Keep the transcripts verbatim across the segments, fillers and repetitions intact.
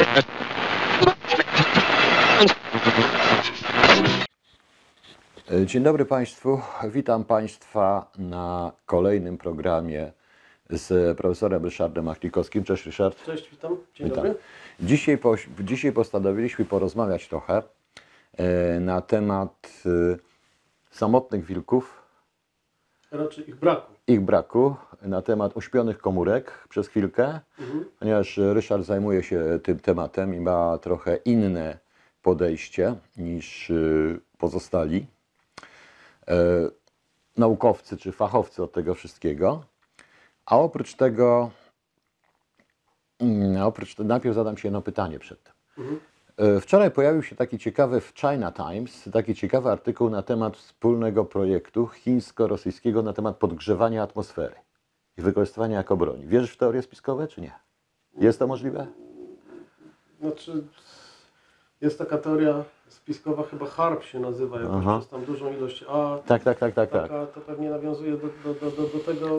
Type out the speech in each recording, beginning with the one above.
Dzień dobry Państwu. Witam Państwa na kolejnym programie z profesorem Ryszardem Machnikowskim. Cześć Ryszard. Cześć, witam. Dzień Witam. dobry. Dzisiaj, po, dzisiaj postanowiliśmy porozmawiać trochę e, na temat e, samotnych wilków, Raczej ich braku. ich braku, na temat uśpionych komórek przez chwilkę, Mhm. ponieważ Ryszard zajmuje się tym tematem i ma trochę inne podejście niż y, pozostali e, naukowcy czy fachowcy od tego wszystkiego. A oprócz tego, mm, oprócz najpierw zadam się jedno pytanie przed tym. Mhm. E, Wczoraj pojawił się taki ciekawy w China Times, taki ciekawy artykuł na temat wspólnego projektu chińsko-rosyjskiego na temat podgrzewania atmosfery i wykorzystywania jako broni. Wierzysz w teorie spiskowe, czy nie? Jest to możliwe? Znaczy, jest taka teoria spiskowa, chyba HARP się nazywa, jakoś Aha. przez tam dużą ilość. A Tak, tak, tak, tak, tak. taka, to pewnie nawiązuje do, do, do, do, do tego,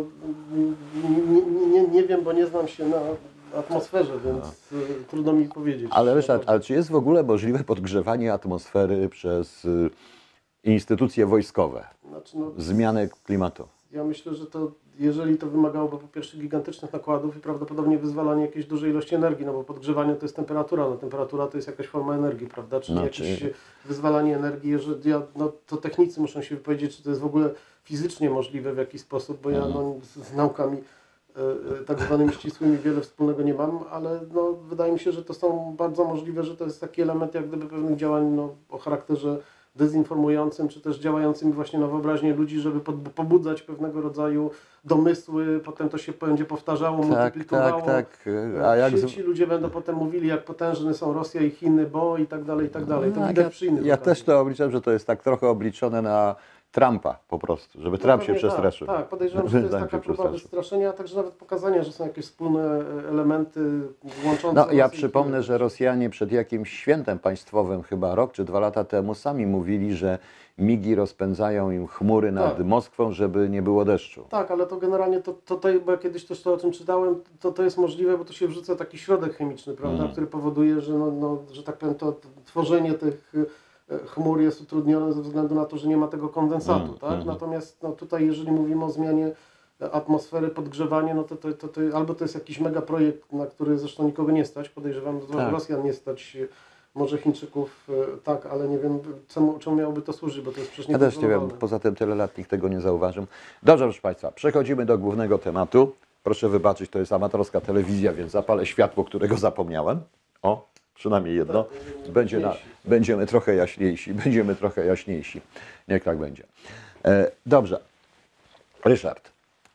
nie, nie, nie wiem, bo nie znam się na atmosferze, więc y, trudno mi powiedzieć. Ale Ryszard, ale czy jest w ogóle możliwe podgrzewanie atmosfery przez y, instytucje wojskowe? Znaczy, no, Zmianę klimatu? ja myślę, że to, jeżeli to wymagałoby po pierwsze gigantycznych nakładów i prawdopodobnie wyzwalanie jakiejś dużej ilości energii, no bo podgrzewanie to jest temperatura, no temperatura to jest jakaś forma energii, prawda, czyli No, jakieś czyli- wyzwalanie energii, jeżeli ja, no to technicy muszą się wypowiedzieć, czy to jest w ogóle fizycznie możliwe w jakiś sposób, bo ja no, z, z naukami e, e, tak zwanymi ścisłymi wiele wspólnego nie mam, ale no, wydaje mi się, że to są bardzo możliwe, że to jest taki element jak gdyby pewnych działań no, o charakterze dezinformującym, czy też działającym właśnie na wyobraźnię ludzi, żeby pod, pobudzać pewnego rodzaju domysły, potem to się będzie powtarzało, Tak, multiplikowało. tak, tak. A jak Ci, z... ci ludzie będą potem mówili, jak potężne są Rosja i Chiny, bo i tak dalej, i tak dalej. To Tak, widać ja, przy innych ja okazjach. też to obliczam, że to jest tak trochę obliczone na Trumpa po prostu, żeby Trump się pewnie przestraszył. Tak, tak, podejrzewam, że to jest Zanim taka się próba przestraszył. wystraszenia, a także nawet pokazania, że są jakieś wspólne e, elementy łączące No, Rosję ja i przypomnę, Chiny. że Rosjanie przed jakimś świętem państwowym, chyba rok czy dwa lata temu, sami mówili, że migi rozpędzają im chmury nad Tak. Moskwą, żeby nie było deszczu. Tak, ale to generalnie, to, to, to, bo ja kiedyś też to o czym czytałem, to, to jest możliwe, bo to się wrzuca taki środek chemiczny, prawda, Mm. który powoduje, że, no, no, że tak powiem, to, to tworzenie tych e, chmur jest utrudnione ze względu na to, że nie ma tego kondensatu, Mm, tak? mm. Natomiast no, tutaj, jeżeli mówimy o zmianie atmosfery, podgrzewanie, no to, to, to, to albo to jest jakiś mega projekt, na który zresztą nikogo nie stać, podejrzewam, że Tak. Rosjan nie stać, może Chińczyków e, tak, ale nie wiem, czemu, czemu miałoby to służyć, bo to jest przecież Ja też nie wiem, niekontrolowalne. poza tym tyle lat nikt tego nie zauważył. Dobrze, proszę Państwa, przechodzimy do głównego tematu. Proszę wybaczyć, to jest amatorska telewizja, więc zapalę światło, którego zapomniałem. O, przynajmniej jedno. Tak, Będzie na, będziemy trochę jaśniejsi, będziemy trochę jaśniejsi. Niech tak będzie. E, dobrze. Ryszard.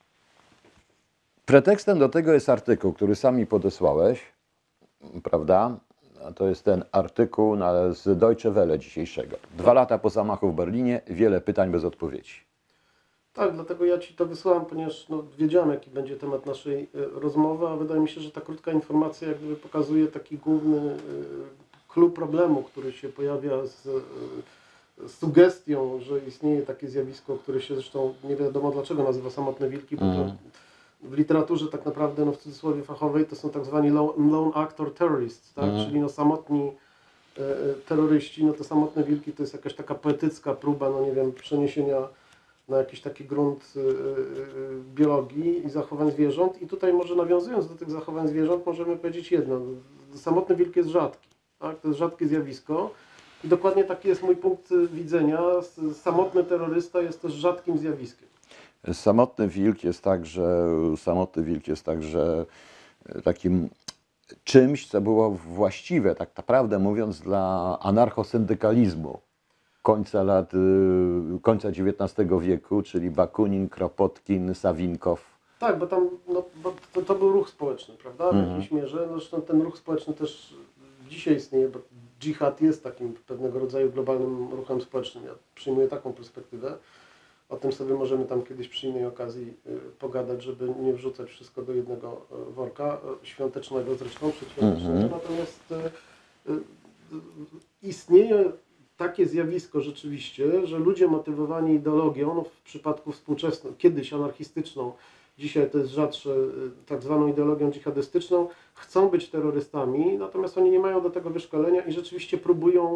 Pretekstem do tego jest artykuł, który sami podesłałeś, prawda? A to jest ten artykuł na, z Deutsche Welle dzisiejszego. Dwa lata po zamachu w Berlinie, wiele pytań bez odpowiedzi. Tak, dlatego ja Ci to wysłałem, ponieważ no, wiedziałem, jaki będzie temat naszej y, rozmowy, a wydaje mi się, że ta krótka informacja jak gdyby pokazuje taki główny y, clue problemu, który się pojawia z y, sugestią, że istnieje takie zjawisko, które się zresztą nie wiadomo dlaczego nazywa samotne wilki, bo Mm. to w literaturze tak naprawdę, no, w cudzysłowie fachowej, to są tak zwani lone, lone actor terrorists, tak? Mm. Czyli no, samotni y, y, terroryści, no to samotne wilki to jest jakaś taka poetycka próba, no nie wiem, przeniesienia na jakiś taki grunt y, y, biologii i zachowań zwierząt. I tutaj może nawiązując do tych zachowań zwierząt, możemy powiedzieć jedno. Samotny wilk jest rzadki. Tak? To jest rzadkie zjawisko. I dokładnie taki jest mój punkt widzenia. Samotny terrorysta jest też rzadkim zjawiskiem. Samotny wilk jest także, samotny wilk jest także takim czymś, co było właściwe, tak naprawdę mówiąc, dla anarchosyndykalizmu końca lat, y, końca dziewiętnastego wieku, czyli Bakunin, Kropotkin, Sawinkow. Tak, bo tam no, bo to, to był ruch społeczny, prawda? W Mhm. jakiejś mierze. Zresztą ten ruch społeczny też dzisiaj istnieje, bo dżihad jest takim pewnego rodzaju globalnym ruchem społecznym. Ja przyjmuję taką perspektywę. O tym sobie możemy tam kiedyś przy innej okazji y, pogadać, żeby nie wrzucać wszystko do jednego y, worka, y, świątecznego zresztą, przedświątecznego. Mhm. Natomiast y, y, y, istnieje takie zjawisko rzeczywiście, że ludzie motywowani ideologią, no w przypadku współczesną, kiedyś anarchistyczną, dzisiaj to jest rzadsze, tak zwaną ideologią dżihadystyczną, chcą być terrorystami, natomiast oni nie mają do tego wyszkolenia i rzeczywiście próbują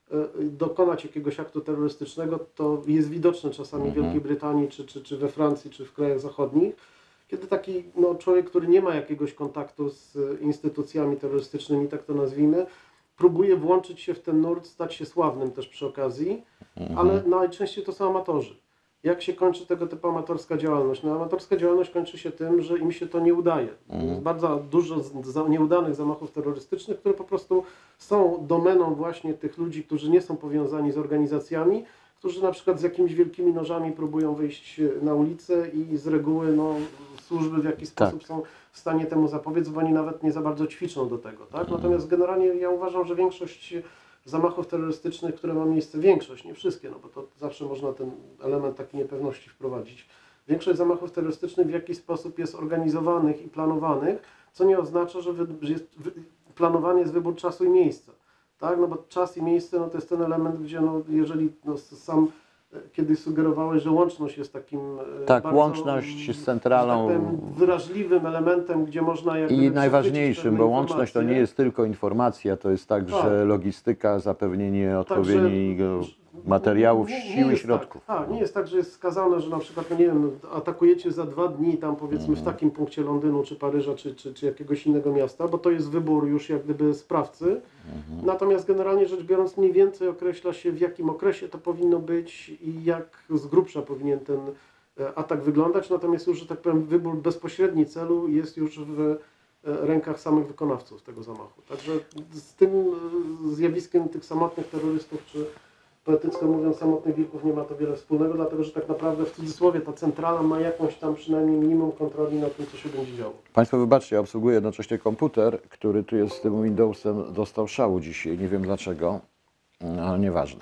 dokonać jakiegoś aktu terrorystycznego. To jest widoczne czasami w Wielkiej Brytanii, czy, czy, czy we Francji, czy w krajach zachodnich, kiedy taki no, człowiek, który nie ma jakiegoś kontaktu z instytucjami terrorystycznymi, tak to nazwijmy, próbuje włączyć się w ten nurt, stać się sławnym też przy okazji, Mhm. ale najczęściej to są amatorzy. Jak się kończy tego typu amatorska działalność? No, amatorska działalność kończy się tym, że im się to nie udaje. Mhm. Jest bardzo dużo z- za- nieudanych zamachów terrorystycznych, które po prostu są domeną właśnie tych ludzi, którzy nie są powiązani z organizacjami, którzy na przykład z jakimiś wielkimi nożami próbują wyjść na ulicę i z reguły no, służby w jakiś Tak. sposób są w stanie temu zapobiec, bo oni nawet nie za bardzo ćwiczą do tego. Tak? Natomiast generalnie ja uważam, że większość zamachów terrorystycznych, które ma miejsce, większość, nie wszystkie, no bo to zawsze można ten element takiej niepewności wprowadzić. Większość zamachów terrorystycznych w jakiś sposób jest organizowanych i planowanych, co nie oznacza, że, wy, że jest, wy, planowany jest wybór czasu i miejsca. Tak? No bo czas i miejsce no to jest ten element, gdzie no, jeżeli no, sam kiedyś sugerowałeś, że łączność jest takim Tak, bardzo, łączność z centralą. że tak powiem, wyraźliwym elementem, gdzie można jak I gdyby najważniejszym, przechwycić bo pewne łączność to nie informacje. jest tylko informacja, to jest także Tak. logistyka, zapewnienie Także, odpowiedniego materiałów, nie- nie sił i jest środków. Tak, tak, nie jest tak, że jest skazane, że na przykład, no nie wiem, atakujecie za dwa dni tam powiedzmy Mhm. w takim punkcie Londynu, czy Paryża, czy, czy, czy jakiegoś innego miasta, bo to jest wybór już jak gdyby sprawcy. Mhm. Natomiast generalnie rzecz biorąc mniej więcej określa się, w jakim okresie to powinno być i jak z grubsza powinien ten e, atak wyglądać. Natomiast już, że tak powiem, wybór bezpośredni celu jest już w e, rękach samych wykonawców tego zamachu. Także z tym e, zjawiskiem tych samotnych terrorystów, czy poetycko mówiąc samotnych wilków, nie ma to wiele wspólnego, dlatego że tak naprawdę w cudzysłowie ta centrala ma jakąś tam przynajmniej minimum kontroli nad tym, co się będzie działo. Państwo wybaczcie, ja obsługuję jednocześnie komputer, który tu jest z tym Windowsem, dostał szału dzisiaj, nie wiem dlaczego, ale nieważne.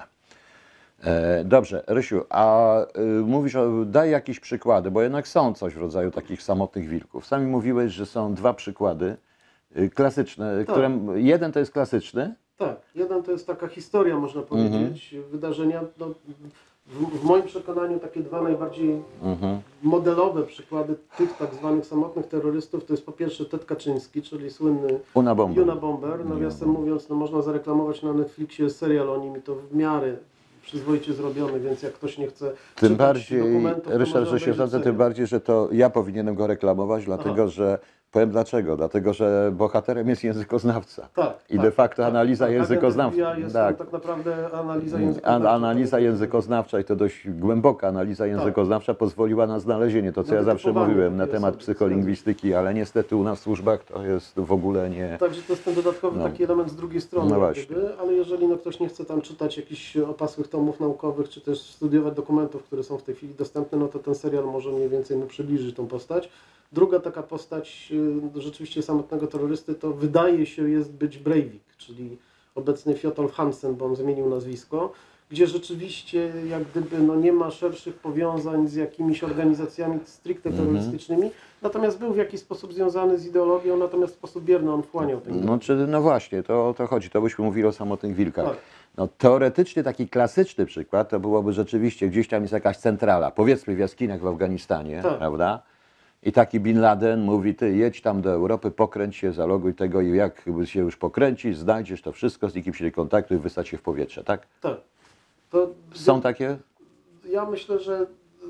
E, dobrze, Rysiu, a y, mówisz, o, daj jakieś przykłady, bo jednak są coś w rodzaju takich samotnych wilków. Sami mówiłeś, że są dwa przykłady y, klasyczne, Tak. które, jeden to jest klasyczny. Tak, jeden to jest taka historia, można powiedzieć, wydarzenia. No, w, w moim przekonaniu takie dwa najbardziej Mhm. modelowe przykłady tych tak zwanych samotnych terrorystów to jest po pierwsze Ted Kaczyński, czyli słynny Una bomba. Juna Bomber. Nawiasem mówiąc, no, można zareklamować na Netflixie serial o nim i to w miarę przyzwoicie zrobiony, więc jak ktoś nie chce Tym czytać bardziej, dokumentów, to Ryszard, może że się obejrzeć zgodzę, tym serial. bardziej, że to ja powinienem go reklamować, dlatego Aha. że, powiem dlaczego, dlatego że bohaterem jest językoznawca. Tak, I tak, de facto tak, analiza tak, językoznawcza. Ja jest Tak. tak naprawdę analiza An, językoznawcza. analiza językoznawcza i to dość głęboka analiza językoznawcza pozwoliła na znalezienie to, co ja zawsze Wytypowanie mówiłem na takiej temat osoby. psycholingwistyki, ale niestety u nas w służbach to jest w ogóle nie... Także to jest ten dodatkowy No. taki element z drugiej strony, No jak właśnie. gdyby, ale jeżeli no, ktoś nie chce tam czytać jakichś opasłych tomów naukowych, czy też studiować dokumentów, które są w tej chwili dostępne, no to ten serial może mniej więcej mu przybliżyć tą postać. Druga taka postać y, rzeczywiście samotnego terrorysty to wydaje się jest być Breivik, czyli obecny Fjodor Hansen, bo on zmienił nazwisko, gdzie rzeczywiście jak gdyby no, nie ma szerszych powiązań z jakimiś organizacjami stricte terrorystycznymi, natomiast był w jakiś sposób związany z ideologią, natomiast w sposób bierny on wchłaniał tę No, czy, no właśnie, to o to chodzi, to byśmy mówili o samotnych wilkach. Tak. No, teoretycznie taki klasyczny przykład to byłoby rzeczywiście, gdzieś tam jest jakaś centrala, powiedzmy w jaskiniach w Afganistanie, Tak. prawda? I taki Bin Laden mówi, ty jedź tam do Europy, pokręć się, zaloguj tego i jak się już pokręcisz, znajdziesz to wszystko, z nikim się nie kontaktuj, wysać się w powietrze, tak? Tak. To Są takie? Ja myślę, że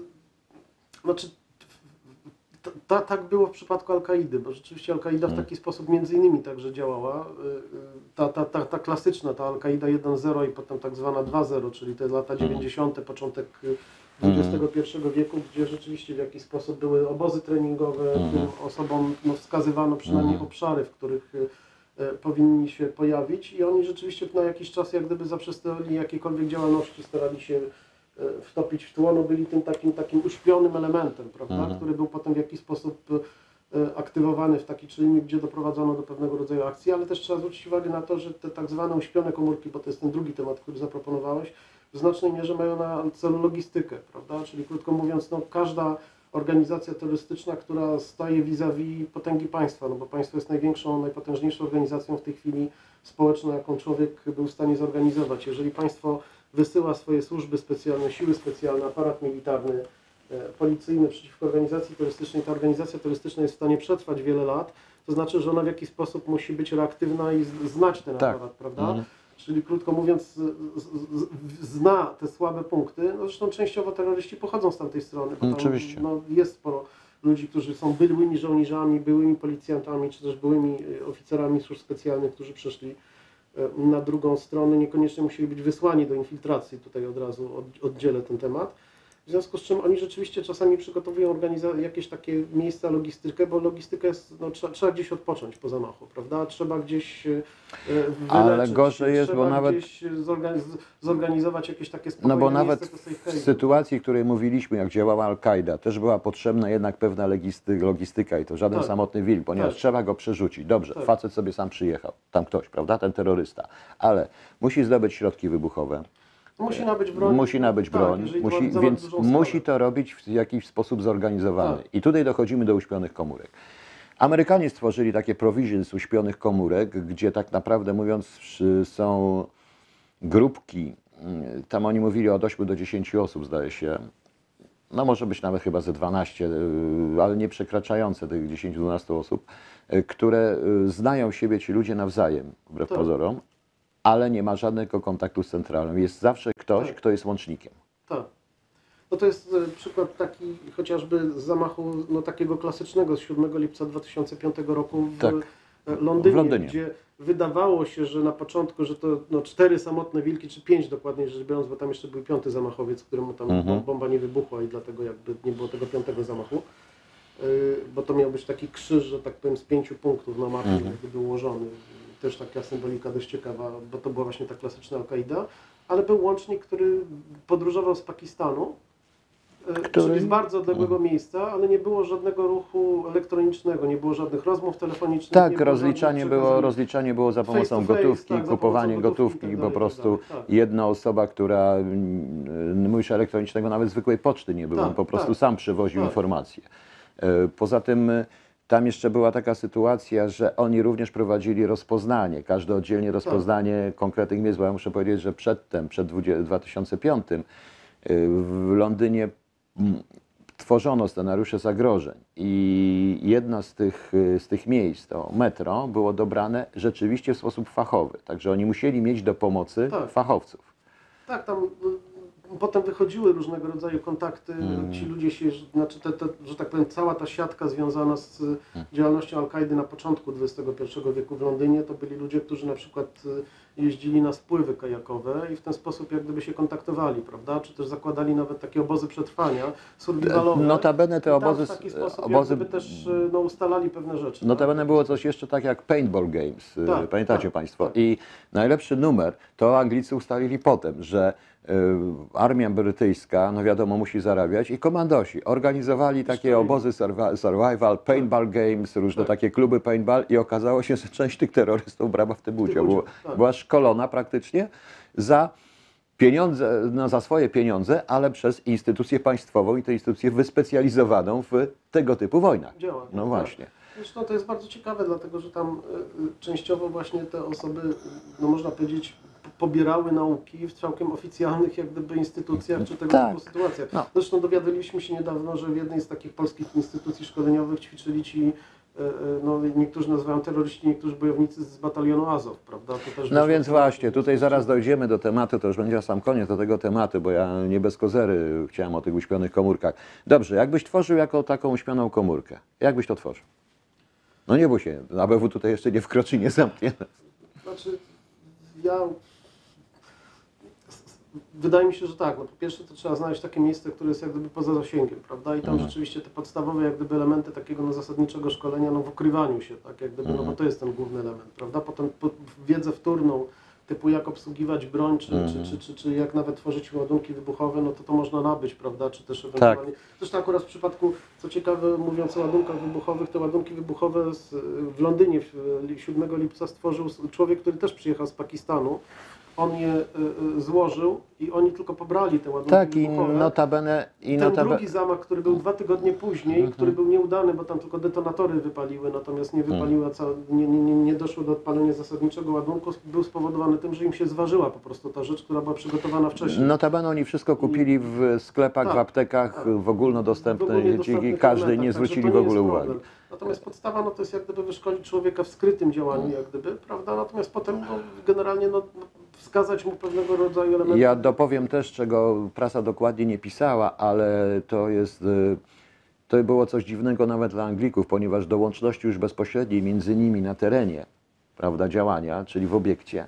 znaczy ta, ta, tak było w przypadku Al-Kaidy, bo rzeczywiście Al-Kaida w taki sposób między innymi także działała. Y, y, Ta, ta, ta, ta klasyczna, ta Al-Kaida jeden zero i potem tak zwana dwa zero, czyli te lata dziewięćdziesiąte, początek y, dwudziestego pierwszego wieku, gdzie rzeczywiście w jakiś sposób były obozy treningowe, tym osobom no, wskazywano przynajmniej obszary, w których y, y, powinni się pojawić i oni rzeczywiście na jakiś czas jak gdyby zaprzestali jakiejkolwiek działalności, starali się y, wtopić w tło, no byli tym takim, takim uśpionym elementem, prawda, Mhm. który był potem w jakiś sposób y, aktywowany w taki czy inny, gdzie doprowadzono do pewnego rodzaju akcji, ale też trzeba zwrócić uwagę na to, że te tak zwane uśpione komórki, bo to jest ten drugi temat, który zaproponowałeś, w znacznej mierze mają na celu logistykę, prawda? Czyli krótko mówiąc, no, każda organizacja terrorystyczna, która staje vis-a-vis potęgi państwa, no bo państwo jest największą, najpotężniejszą organizacją w tej chwili społeczną, jaką człowiek był w stanie zorganizować. Jeżeli państwo wysyła swoje służby specjalne, siły specjalne, aparat militarny policyjny przeciwko organizacji terrorystycznej, ta organizacja terrorystyczna jest w stanie przetrwać wiele lat, to znaczy, że ona w jakiś sposób musi być reaktywna i znać ten Tak. aparat, prawda? Mhm. Czyli krótko mówiąc, z, z, zna te słabe punkty. No zresztą częściowo terroryści pochodzą z tamtej strony. Bo tam, Oczywiście. no, jest sporo ludzi, którzy są byłymi żołnierzami, byłymi policjantami, czy też byłymi oficerami służb specjalnych, którzy przeszli na drugą stronę, niekoniecznie musieli być wysłani do infiltracji. Tutaj od razu oddzielę ten temat. W związku z czym oni rzeczywiście czasami przygotowują jakieś takie miejsca, logistykę, bo logistyka jest, no, trzeba, trzeba gdzieś odpocząć po zamachu, prawda? Trzeba gdzieś e, wyleczyć, Ale gorzej jest, trzeba bo nawet gdzieś zorganiz zorganizować jakieś takie spokojne No bo miejsce, nawet to safe w haven. sytuacji, w której mówiliśmy, jak działała Al-Kaida, też była potrzebna jednak pewna logisty, logistyka i to żaden Tak. samotny wilk, ponieważ Tak. trzeba go przerzucić. Dobrze, Tak. facet sobie sam przyjechał, tam ktoś, prawda, ten terrorysta, ale musi zdobyć środki wybuchowe, Musi nabyć broń. musi nabyć tak, broń, jeżeli musi, za więc dużą musi skalę. to robić w jakiś sposób zorganizowany. Tak. I tutaj dochodzimy do uśpionych komórek. Amerykanie stworzyli takie provisions uśpionych komórek, gdzie tak naprawdę mówiąc są grupki, tam oni mówili od ośmiu do dziesięciu osób, zdaje się, no może być nawet chyba ze dwanaście, ale nie przekraczające tych dziesięć do dwunastu osób, które znają siebie ci ludzie nawzajem, wbrew Tak. pozorom, ale nie ma żadnego kontaktu z centralą. Jest zawsze ktoś, Tak. kto jest łącznikiem. Tak. No to jest e, przykład taki chociażby z zamachu no, takiego klasycznego z siódmego lipca dwa tysiące piątego roku w Tak. e, Londynie, W Londynie. gdzie wydawało się, że na początku, że to no, cztery samotne wilki, czy pięć dokładniej rzecz biorąc, bo tam jeszcze był piąty zamachowiec, któremu tam Mhm. bomba nie wybuchła i dlatego jakby nie było tego piątego zamachu. Yy, bo to miał być taki krzyż, że tak powiem, z pięciu punktów na mapie, Mhm. jakby był ułożony. Też taka symbolika dość ciekawa, bo to była właśnie ta klasyczna Al-Kaida. Ale był łącznik, który podróżował z Pakistanu, yy, Który- czyli z bardzo odległego miejsca, ale nie było żadnego ruchu elektronicznego, nie było żadnych rozmów telefonicznych. nie Tak, było rozliczanie żadnych było, przekazań. rozliczanie było za Face pomocą to face, gotówki, tak, za kupowanie pomocą gotówki gotówki, i tak po dalej, prostu tak, tak. jedna osoba, która, mm, mówisz elektronicznego, nawet zwykłej poczty nie było, Tak, on po prostu tak. sam przywoził Tak. informacje. E, Poza tym e, tam jeszcze była taka sytuacja, że oni również prowadzili rozpoznanie, każde oddzielnie rozpoznanie konkretnych miejsc, bo ja muszę powiedzieć, że przedtem, przed dwa tysiące piątym e, w Londynie mm, tworzono scenariusze zagrożeń i jedno z tych, z tych miejsc, to metro, było dobrane rzeczywiście w sposób fachowy. Także oni musieli mieć do pomocy Tak. fachowców. Tak, tam y, potem wychodziły różnego rodzaju kontakty, Mm. ci ludzie się, znaczy te, te, że tak powiem, cała ta siatka związana z y, działalnością Al-Kaidy na początku dwudziestego pierwszego wieku w Londynie, to byli ludzie, którzy na przykład y, jeździli na spływy kajakowe i w ten sposób jak gdyby się kontaktowali, prawda, czy też zakładali nawet takie obozy przetrwania survivalowe. Notabene te I tam obozy, w taki sposób obozy jak gdyby też y, no, ustalali pewne rzeczy. Notabene było coś jeszcze tak jak paintball games, y, Tak, pamiętacie tak, Państwo? tak. I najlepszy numer to Anglicy ustalili potem, że y, armia brytyjska, no wiadomo, musi zarabiać i komandosi organizowali takie Szkolili. obozy survi- survival, paintball games, różne Tak. takie kluby paintball i okazało się, że część tych terrorystów brała w tym udział. udział, Było, tak. Była szkolona praktycznie za pieniądze, no, za swoje pieniądze, ale przez instytucję państwową i tę instytucję wyspecjalizowaną w tego typu wojnach. Działa. No tak. właśnie. Zresztą to jest bardzo ciekawe, dlatego że tam y, y, częściowo właśnie te osoby, y, no można powiedzieć, p- pobierały nauki w całkiem oficjalnych jak gdyby instytucjach czy tego Tak. typu sytuacjach. No. Zresztą dowiadywaliśmy się niedawno, że w jednej z takich polskich instytucji szkoleniowych ćwiczyli ci, y, y, no niektórzy nazywają terroryści, niektórzy bojownicy z batalionu Azow, prawda? To też No wyszło więc w- właśnie, tutaj zaraz dojdziemy do tematu, to już będzie na sam koniec do tego tematu, bo ja nie bez kozery chciałem o tych uśpionych komórkach. Dobrze, jakbyś tworzył jako taką uśpioną komórkę, jak byś to tworzył? No nie bój się, A B W tutaj jeszcze nie wkroczy, nie zamknie. Znaczy, ja... Wydaje mi się, że tak. No, po pierwsze to trzeba znaleźć takie miejsce, które jest jak gdyby poza zasięgiem, prawda? I tam Mhm. rzeczywiście te podstawowe jak gdyby elementy takiego no, zasadniczego szkolenia, no w ukrywaniu się, tak? Jak gdyby, no bo to jest ten główny element, prawda? Potem po, wiedzę wtórną, typu jak obsługiwać broń, czy, Mhm. czy, czy, czy, czy jak nawet tworzyć ładunki wybuchowe, no to to można nabyć, prawda? Czy też ewentualnie... Zresztą akurat w przypadku, co ciekawe, mówiąc o ładunkach wybuchowych, te ładunki wybuchowe z, w Londynie w siódmego lipca stworzył człowiek, który też przyjechał z Pakistanu. on je y, y, złożył i oni tylko pobrali te ładunki Tak, i wybuchowe. notabene... I Ten notabene... drugi zamach, który był dwa tygodnie później, Mhm. który był nieudany, bo tam tylko detonatory wypaliły, natomiast nie wypaliła cała, nie, nie, nie, nie doszło do odpalenia zasadniczego ładunku, był spowodowany tym, że im się zważyła po prostu ta rzecz, która była przygotowana wcześniej. Notabene oni wszystko kupili w sklepach, Tak, w aptekach, tak. w ogólnodostępnych, W ogólnie i dostępnych każdy elementach, nie także zwrócili to w nie ogóle jest uwagi. problem. Natomiast podstawa no, to jest jak gdyby wyszkolić człowieka w skrytym działaniu, jak gdyby, prawda? Natomiast potem no, generalnie no, wskazać mu pewnego rodzaju elementy. Ja dopowiem też, czego prasa dokładnie nie pisała, ale to jest, y, to było coś dziwnego nawet dla Anglików, ponieważ do łączności już bezpośredniej między nimi na terenie, prawda, działania, czyli w obiekcie,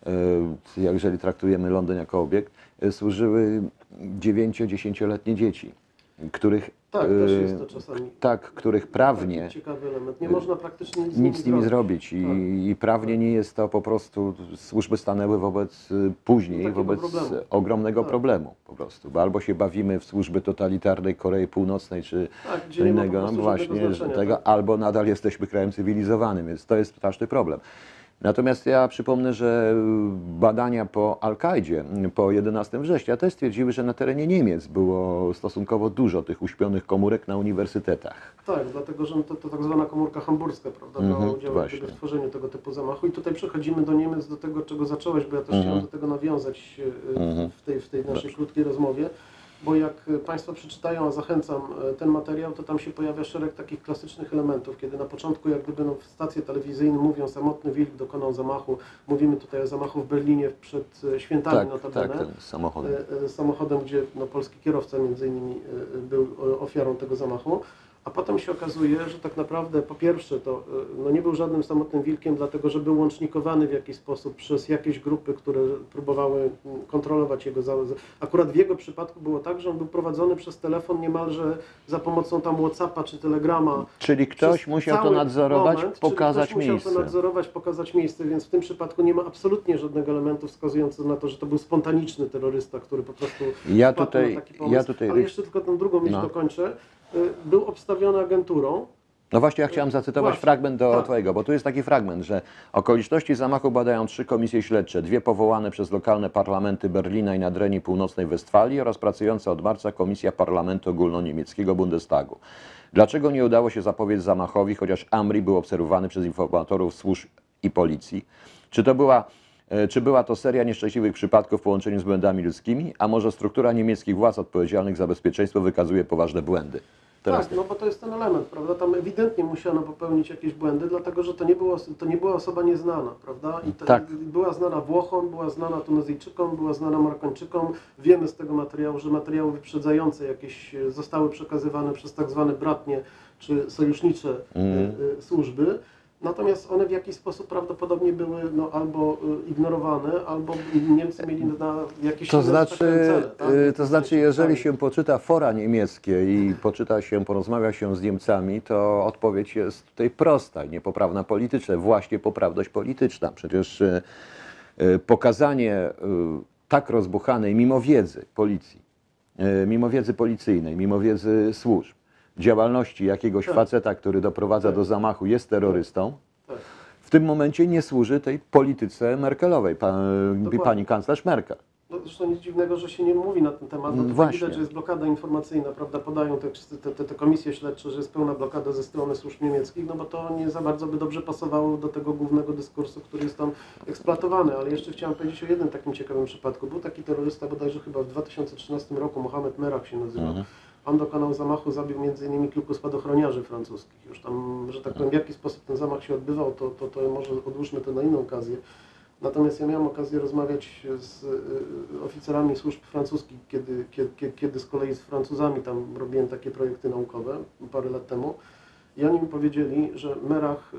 y, jak jeżeli traktujemy Londyn jako obiekt, y, służyły dziewięcio-dziesięcioletnie dzieci, których Tak, y, też jest to czasami. tak, których prawnie Taki ciekawy element. Nie można praktycznie nic, nic z nimi zrobić. zrobić i, Tak. i prawnie nie jest to po prostu, służby stanęły wobec y, później, Takiego wobec problemu. ogromnego Tak. problemu po prostu, bo albo się bawimy w służby totalitarnej Korei Północnej czy Tak, gdzie co nie ma po innego, no prostu właśnie żadnego znaczenia, tego, tak. albo nadal jesteśmy krajem cywilizowanym, więc to jest straszny problem. Natomiast ja przypomnę, że badania po Al-Kaidzie, po jedenastego września też stwierdziły, że na terenie Niemiec było stosunkowo dużo tych uśpionych komórek na uniwersytetach. Tak, dlatego że to, to tak zwana komórka hamburska, prawda, brała Mhm, udział właśnie. w tworzeniu tego typu zamachu. I tutaj przechodzimy do Niemiec, do tego, czego zacząłeś, bo ja też Mhm. chciałem do tego nawiązać y, Mhm. w tej, w tej naszej krótkiej rozmowie. Bo jak Państwo przeczytają, a zachęcam y, ten materiał, to tam się pojawia szereg takich klasycznych elementów, kiedy na początku jak gdyby no, w stacje telewizyjne mówią samotny wilk dokonał zamachu. Mówimy tutaj o zamachu w Berlinie przed y, świętami Tak, notabene. tak, ten samochodem. e, e, samochodem, gdzie no, polski kierowca między innymi e, e, był e, ofiarą tego zamachu. A potem się okazuje, że tak naprawdę po pierwsze to e, no, nie był żadnym samotnym wilkiem, dlatego że był łącznikowany w jakiś sposób przez jakieś grupy, które próbowały mm, kontrolować jego za... Akurat w jego przypadku było tak, że on był prowadzony przez telefon niemalże za pomocą tam WhatsAppa czy Telegrama. Czyli ktoś Przez musiał to cały nadzorować, moment, pokazać czyli ktoś musiał miejsce. to nadzorować, pokazać miejsce, więc w tym przypadku nie ma absolutnie żadnego elementu wskazującego na to, że to był spontaniczny terrorysta, który po prostu Ja wpadł tutaj, na taki pomysł. ja tutaj, Ale jeszcze tylko tę drugą myśl No. dokończę. Y, Był obstawiony agenturą. no właśnie ja chciałem zacytować Właśnie, fragment do tak. Twojego, bo tu jest taki fragment, że okoliczności zamachu badają trzy komisje śledcze, dwie powołane przez lokalne parlamenty Berlina i Nadrenii Północnej Westfalii oraz pracująca od marca Komisja Parlamentu Ogólnoniemieckiego Bundestagu. Dlaczego nie udało się zapobiec zamachowi, chociaż Amri był obserwowany przez informatorów służb i policji? Czy to była E, Czy była to seria nieszczęśliwych przypadków w połączeniu z błędami ludzkimi, a może struktura niemieckich władz odpowiedzialnych za bezpieczeństwo wykazuje poważne błędy? Teraz Tak, no bo to jest ten element, prawda? Tam ewidentnie musiano popełnić jakieś błędy, dlatego że to nie, było, to nie była osoba nieznana, prawda? I to, Tak. była znana Włochom, była znana Tunezyjczykom, była znana Marokańczykom. Wiemy z tego materiału, że materiały wyprzedzające jakieś e, zostały przekazywane przez tak zwane bratnie czy sojusznicze e, Mhm. e, służby. Natomiast one w jakiś sposób prawdopodobnie były no, albo y, ignorowane, albo Niemcy mieli na jakieś To inne, że tak powiem, znaczy, cele. Tak? y, to znaczy, jeżeli Tak. się poczyta fora niemieckie i poczyta się, porozmawia się z Niemcami, to odpowiedź jest tutaj prosta i niepoprawna politycznie, właśnie poprawność polityczna. Przecież y, y, pokazanie y, tak rozbuchanej, mimo wiedzy policji, y, mimo wiedzy policyjnej, mimo wiedzy służb, działalności jakiegoś Tak. faceta, który doprowadza Tak. do zamachu, jest terrorystą, Tak. w tym momencie nie służy tej polityce Merkelowej, pa, Dokładnie. pani kanclerz Merkel. No, zresztą nic dziwnego, że się nie mówi na ten temat, bo Mm, tutaj właśnie. widać, że jest blokada informacyjna, prawda, podają te, te, te, te komisje śledcze, że jest pełna blokada ze strony służb niemieckich, no bo to nie za bardzo by dobrze pasowało do tego głównego dyskursu, który jest tam eksploatowany, ale jeszcze chciałem powiedzieć o jednym takim ciekawym przypadku. Był taki terrorysta bodajże chyba w dwa tysiące trzynastym roku, Mohamed Merah się nazywał. Mhm. On dokonał zamachu, zabił między innymi kilku spadochroniarzy francuskich. Już tam, że tak powiem, w jaki sposób ten zamach się odbywał, to, to, to może odłóżmy to na inną okazję. Natomiast ja miałem okazję rozmawiać z y, oficerami służb francuskich, kiedy, kiedy, kiedy z kolei z Francuzami tam robiłem takie projekty naukowe parę lat temu. I oni mi powiedzieli, że Merah y,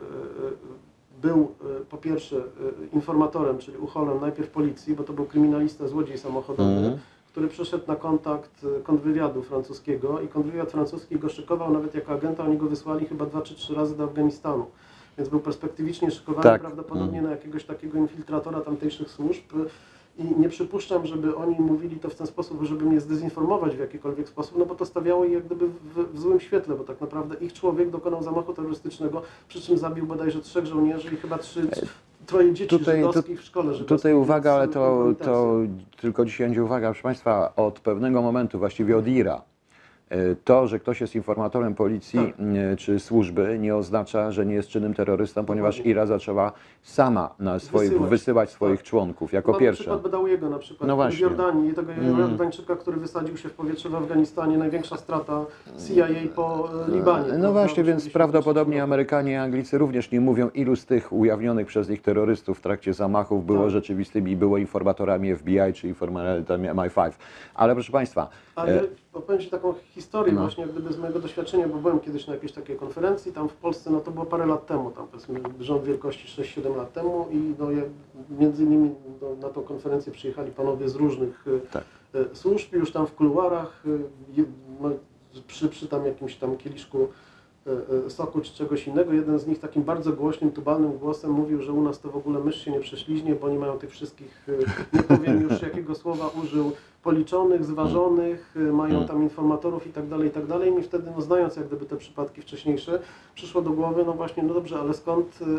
y, był y, po pierwsze y, informatorem, czyli ucholem najpierw policji, bo to był kryminalista, złodziej samochodowy, Mhm. który przeszedł na kontakt y, kontrwywiadu francuskiego i kontrwywiad francuski go szykował nawet jako agenta, oni go wysłali chyba dwa czy trzy razy do Afganistanu. Więc był perspektywicznie szykowany Tak. prawdopodobnie Mm. na jakiegoś takiego infiltratora tamtejszych służb. I nie przypuszczam, żeby oni mówili to w ten sposób, żeby mnie zdezinformować w jakikolwiek sposób, no bo to stawiało ich jak gdyby w, w złym świetle, bo tak naprawdę ich człowiek dokonał zamachu terrorystycznego, przy czym zabił bodajże trzech żołnierzy i chyba trzy, troje dzieci Tutaj, żydowskich w szkole żydowskiej. tutaj uwaga, ale więc to, kompromitacja. to tylko dzisiaj będzie uwaga, proszę Państwa, od pewnego momentu, właściwie od I R A, to, że ktoś jest informatorem policji Tak. czy służby, nie oznacza, że nie jest czynnym terrorystą, ponieważ I R A zaczęła sama na swoich, Wysyłać. wysyłać swoich Tak. członków jako Mamy pierwsze. przykład Bedawiego na przykład, No w właśnie. Jordanii, tego Mm. Jordańczyka, który wysadził się w powietrze w Afganistanie, największa strata C I A po e, Libanie. No prawda, właśnie, w więc osiemdziesiątym prawdopodobnie trzecim roku. Amerykanie i Anglicy również nie mówią, ilu z tych ujawnionych przez nich terrorystów w trakcie zamachów było Tak. rzeczywistymi, było informatorami F B I czy informatorami M I pięć. Ale proszę Państwa, Ale e, opowiem Ci taką historię No. właśnie jak gdyby z mojego doświadczenia, bo byłem kiedyś na jakiejś takiej konferencji tam w Polsce, no to było parę lat temu, tam powiedzmy rząd wielkości sześć siedem lat temu i no, ja, między innymi no, na tą konferencję przyjechali panowie z różnych e, Tak. e, służb, już tam w kuluarach, e, je- no, przy, przy tam jakimś tam kieliszku e, e, soku czy czegoś innego, jeden z nich takim bardzo głośnym, tubalnym głosem mówił, że u nas to w ogóle mysz się nie prześliźnie, bo oni mają tych wszystkich, e, nie powiem już jakiego słowa użył, policzonych, zważonych, y, mają tam informatorów i tak dalej, i tak dalej. I mi wtedy, no znając jak gdyby te przypadki wcześniejsze, przyszło do głowy, no właśnie, no dobrze, ale skąd y, y, y,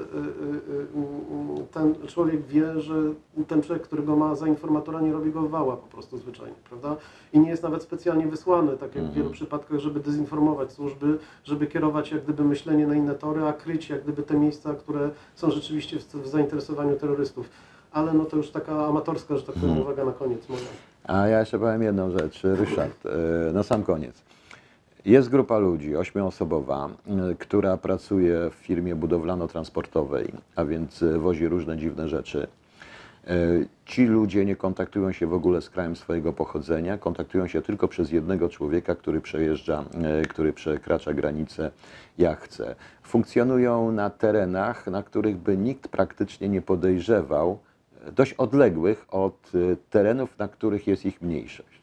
y, ten człowiek wie, że ten człowiek, który go ma za informatora, nie robi go wała po prostu zwyczajnie, prawda? I nie jest nawet specjalnie wysłany, tak jak w wielu przypadkach, żeby dezinformować służby, żeby kierować jak gdyby myślenie na inne tory, a kryć jak gdyby te miejsca, które są rzeczywiście w, w zainteresowaniu terrorystów. Ale no to już taka amatorska, że tak powiem, uwaga na koniec moja. a ja jeszcze powiem jedną rzecz, Ryszard, e, na sam koniec. Jest grupa ludzi, ośmioosobowa, e, która pracuje w firmie budowlano-transportowej, a więc e, wozi różne dziwne rzeczy. E, Ci ludzie nie kontaktują się w ogóle z krajem swojego pochodzenia, kontaktują się tylko przez jednego człowieka, który przejeżdża, e, który przekracza granicę jak chce. Funkcjonują na terenach, na których by nikt praktycznie nie podejrzewał, dość odległych od e, terenów, na których jest ich mniejszość.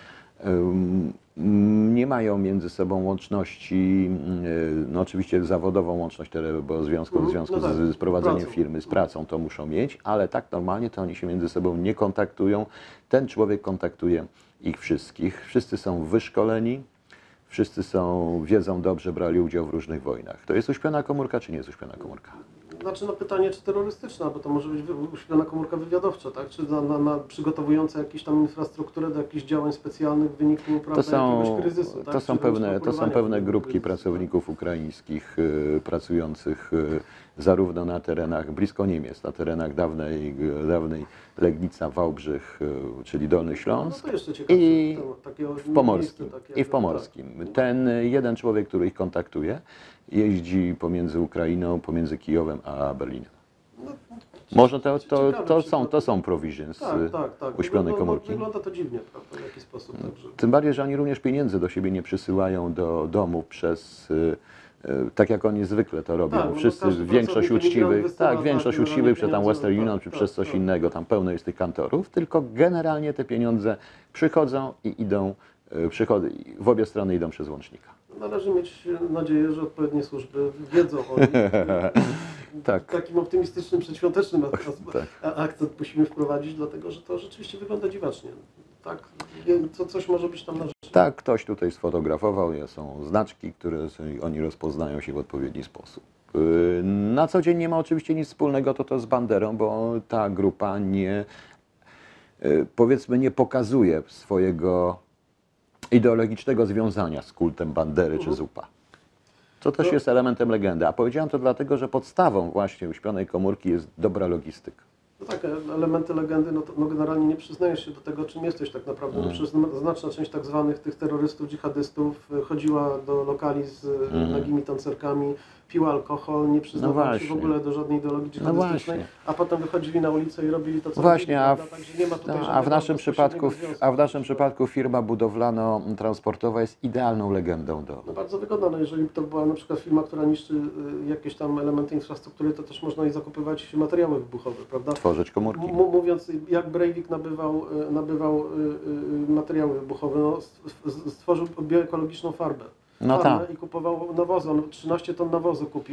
Ym, Nie mają między sobą łączności, yy, no oczywiście zawodową łączność, tele- bo w związku, w Mhm, związku no tak, z, z prowadzeniem pracą. firmy, z pracą to muszą mieć, ale tak normalnie to oni się między sobą nie kontaktują. Ten człowiek kontaktuje ich wszystkich. Wszyscy są wyszkoleni, wszyscy są, wiedzą dobrze, brali udział w różnych wojnach. To jest uśpiona komórka, czy nie jest uśpiona komórka? Znaczy no pytanie, czy terrorystyczna, bo to może być wy- uśpiona komórka wywiadowcza, tak? Czy na, na, na przygotowująca jakąś tam infrastrukturę do jakichś działań specjalnych w wyniku prawda, To są, jakiegoś kryzysu, tak? to Czy są wręcz pewne, to są manipulowania pewne tym grupki kryzysem, pracowników ukraińskich y, pracujących y, zarówno na terenach blisko Niemiec, na terenach dawnej, y, dawnej Legnica, Wałbrzych, y, czyli Dolny No Śląsk to jeszcze ciekawe. i temat, takie w Pomorskim. miejsce takie I w jakby, Pomorskim. tak. Ten jeden człowiek, który ich kontaktuje, jeździ pomiędzy Ukrainą, pomiędzy Kijowem a Berlinem. No, Może to, to, ciekawy to, są, przykład. to są provisions Tak, y, tak, tak. uśpionej No, no, komórki. Wygląda to dziwnie, prawda, w jakiś sposób. Także. Tym bardziej, że oni również pieniędzy do siebie nie przysyłają do domów przez, y, y, tak jak oni zwykle to robią. Tak, no bo Wszyscy, każdy większość pracownik uczciwych, imigrant wysyła, tak, tak, większość generalnie uczciwych przez tam pieniądze, Western Union, tak, czy tak, przez coś tak. innego, tam pełno jest tych kantorów, tylko generalnie te pieniądze przychodzą i idą, y, przychody, w obie strony idą przez łącznika. Należy mieć nadzieję, że odpowiednie służby wiedzą o nich. Tak. Takim optymistycznym, przedświątecznym ak- Tak. a- akcent musimy wprowadzić, dlatego że to rzeczywiście wygląda dziwacznie. Tak, nie- to coś może być tam na rzeczy. Tak, ktoś tutaj sfotografował, są znaczki, które są, oni rozpoznają się w odpowiedni sposób. Yy, Na co dzień nie ma oczywiście nic wspólnego to to z Banderą, bo ta grupa nie, yy, powiedzmy, nie pokazuje swojego ideologicznego związania z kultem Bandery czy Zupa. To też No. jest elementem legendy. A powiedziałem to dlatego, że podstawą właśnie uśpionej komórki jest dobra logistyka. No tak, elementy legendy, no, to, no generalnie nie przyznajesz się do tego, czym jesteś tak naprawdę. Mm. No przecież zna- znaczna część tak zwanych tych terrorystów, dżihadystów y, chodziła do lokali z y, Mm. nagimi tancerkami, piła alkohol, nie przyznawała się w właśnie. ogóle do żadnej ideologii No dżihadystycznej, właśnie. a potem wychodzili na ulicę i robili to, co Właśnie, robili, a prawda? w, Także nie ma tutaj a w żadnego naszym przypadku, bezpośredniego związku. a w naszym przypadku firma budowlano-transportowa jest idealną legendą do. No bardzo wygodna, no jeżeli to była na przykład firma, która niszczy y, jakieś tam elementy infrastruktury, to też można i zakupywać materiały wybuchowe, prawda? Tworzyć komórki. M- mówiąc, jak Breivik nabywał, y, nabywał y, y, materiały wybuchowe, no, st- st- stworzył bioekologiczną farbę. No Farbę tak. I kupował nawozu, on trzynaście ton nawozu kupił,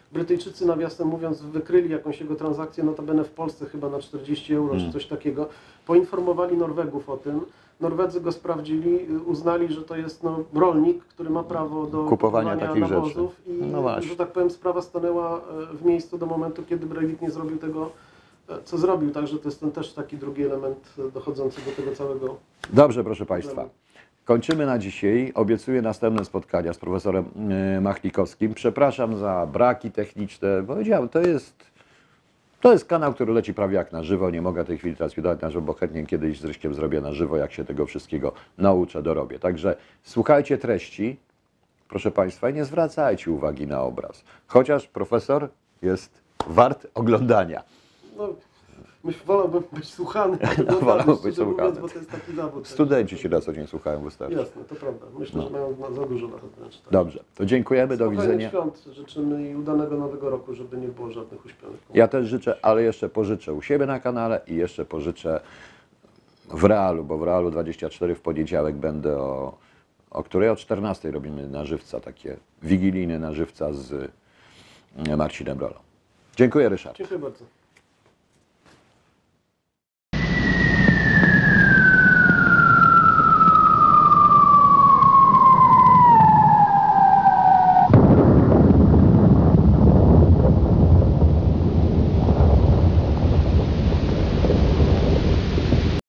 Brytyjczycy, nawiasem mówiąc, wykryli jakąś jego transakcję, notabene w Polsce chyba na czterdzieści euro Mm. czy coś takiego. Poinformowali Norwegów o tym. Norwedzy go sprawdzili, uznali, że to jest no, rolnik, który ma prawo do Kupowania takich nawozów rzeczy. i, No właśnie. że tak powiem, sprawa stanęła e, w miejscu do momentu, kiedy Breivik nie zrobił tego, e, co zrobił. Także to jest ten też taki drugi element e, dochodzący do tego całego. Dobrze, proszę Państwa. Kończymy na dzisiaj. Obiecuję następne spotkania z profesorem e, Machlikowskim. Przepraszam za braki techniczne. Powiedziałem, to jest, to jest kanał, który leci prawie jak na żywo. Nie mogę tej chwili transmitować na żywo, bo chętnie kiedyś z Ryśkiem zrobię na żywo, jak się tego wszystkiego nauczę, dorobię. Także słuchajcie treści, proszę Państwa, i nie zwracajcie uwagi na obraz. Chociaż profesor jest wart oglądania. No, myśl, wolałbym być słuchany, Wolałbym być szczerze mówiąc, słuchany. bo to jest taki zawód. Studenci się na co dzień słuchają, wystarczy. Jasne, to prawda. Myślę, że mają na- za dużo nawet wręcz. Tak. Dobrze, to dziękujemy, do Spokojnych widzenia. świąt życzymy i udanego nowego roku, żeby nie było żadnych uśpionych. Ja też życzę, ale jeszcze pożyczę u siebie na kanale i jeszcze pożyczę w Realu, bo w Realu dwadzieścia cztery w poniedziałek będę o, o której o czternastej robimy na żywca, takie wigilijne na żywca z Marcinem Rolą. Dziękuję, Ryszard. Dziękuję bardzo.